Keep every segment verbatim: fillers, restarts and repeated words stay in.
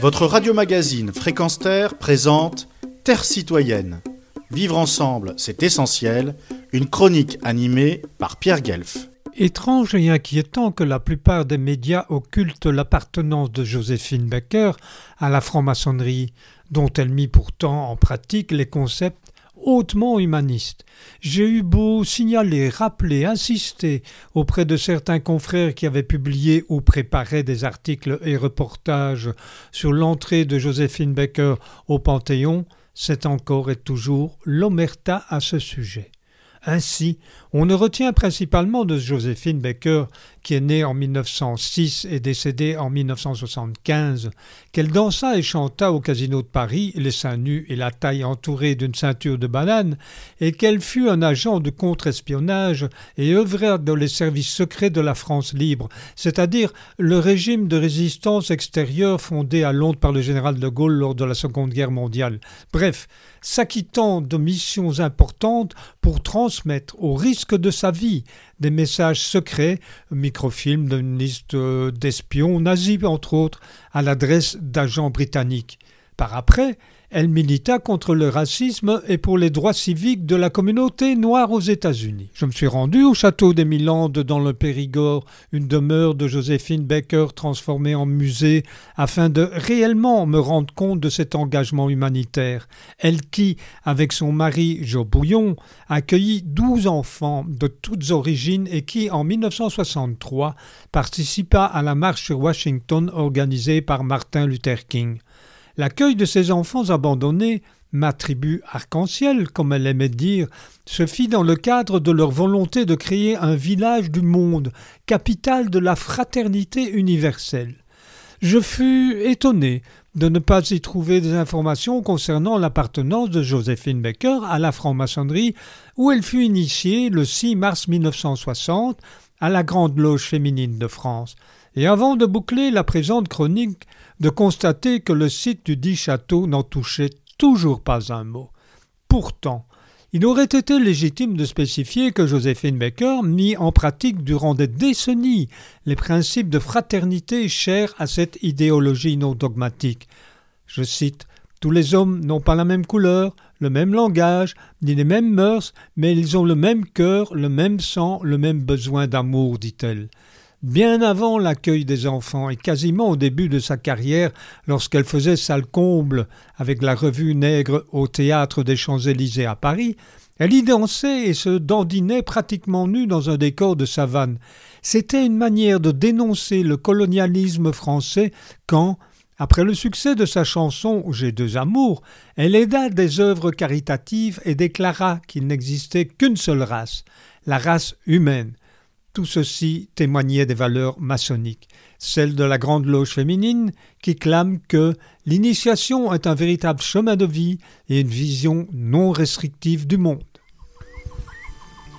Votre radio-magazine Fréquence Terre présente Terre citoyenne. Vivre ensemble, c'est essentiel. Une chronique animée par Pierre Guelf. Étrange et inquiétant que la plupart des médias occultent l'appartenance de Joséphine Baker à la franc-maçonnerie, dont elle mit pourtant en pratique les concepts hautement humanistes. J'ai eu beau signaler, rappeler, insister auprès de certains confrères qui avaient publié ou préparé des articles et reportages sur l'entrée de Joséphine Baker au Panthéon, c'est encore et toujours l'omerta à ce sujet. Ainsi, on ne retient principalement de Joséphine Baker, qui est née en mille neuf cent six et décédée en mille neuf cent soixante-quinze, qu'elle dansa et chanta au Casino de Paris, les seins nus et la taille entourée d'une ceinture de banane, et qu'elle fut un agent de contre-espionnage et œuvra dans les services secrets de la France libre, c'est-à-dire le régime de résistance extérieure fondé à Londres par le général de Gaulle lors de la Seconde Guerre mondiale. Bref, s'acquittant de missions importantes pour transmettre au risque de sa vie des messages secrets, microfilms d'une liste d'espions nazis entre autres, à l'adresse d'agents britanniques. Par après, elle milita contre le racisme et pour les droits civiques de la communauté noire aux États-Unis. Je me suis rendu au château des Mille-Landes dans le Périgord, une demeure de Joséphine Baker transformée en musée, afin de réellement me rendre compte de cet engagement humanitaire. Elle qui, avec son mari Jo Bouillon, accueillit douze enfants de toutes origines et qui, en mille neuf cent soixante-trois, participa à la marche sur Washington organisée par Martin Luther King. L'accueil de ces enfants abandonnés, ma tribu arc-en-ciel, comme elle aimait dire, se fit dans le cadre de leur volonté de créer un village du monde, capitale de la fraternité universelle. Je fus étonné de ne pas y trouver des informations concernant l'appartenance de Joséphine Baker à la franc-maçonnerie, où elle fut initiée le six mars mille neuf cent soixante à la Grande Loge féminine de France. Et avant de boucler la présente chronique, de constater que le site du dit château n'en touchait toujours pas un mot. Pourtant, il aurait été légitime de spécifier que Joséphine Baker mit en pratique durant des décennies les principes de fraternité chers à cette idéologie non dogmatique. Je cite « Tous les hommes n'ont pas la même couleur, le même langage, ni les mêmes mœurs, mais ils ont le même cœur, le même sang, le même besoin d'amour, dit-elle. » Bien avant l'accueil des enfants et quasiment au début de sa carrière, lorsqu'elle faisait salle comble avec la revue Nègre au théâtre des Champs-Élysées à Paris, elle y dansait et se dandinait pratiquement nue dans un décor de savane. C'était une manière de dénoncer le colonialisme français quand, après le succès de sa chanson « J'ai deux amours », elle aida des œuvres caritatives et déclara qu'il n'existait qu'une seule race, la race humaine. Tout ceci témoignait des valeurs maçonniques, celles de la Grande Loge féminine qui clame que l'initiation est un véritable chemin de vie et une vision non restrictive du monde.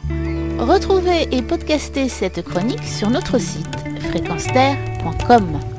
Retrouvez et podcastez cette chronique sur notre site fréquence terre point com.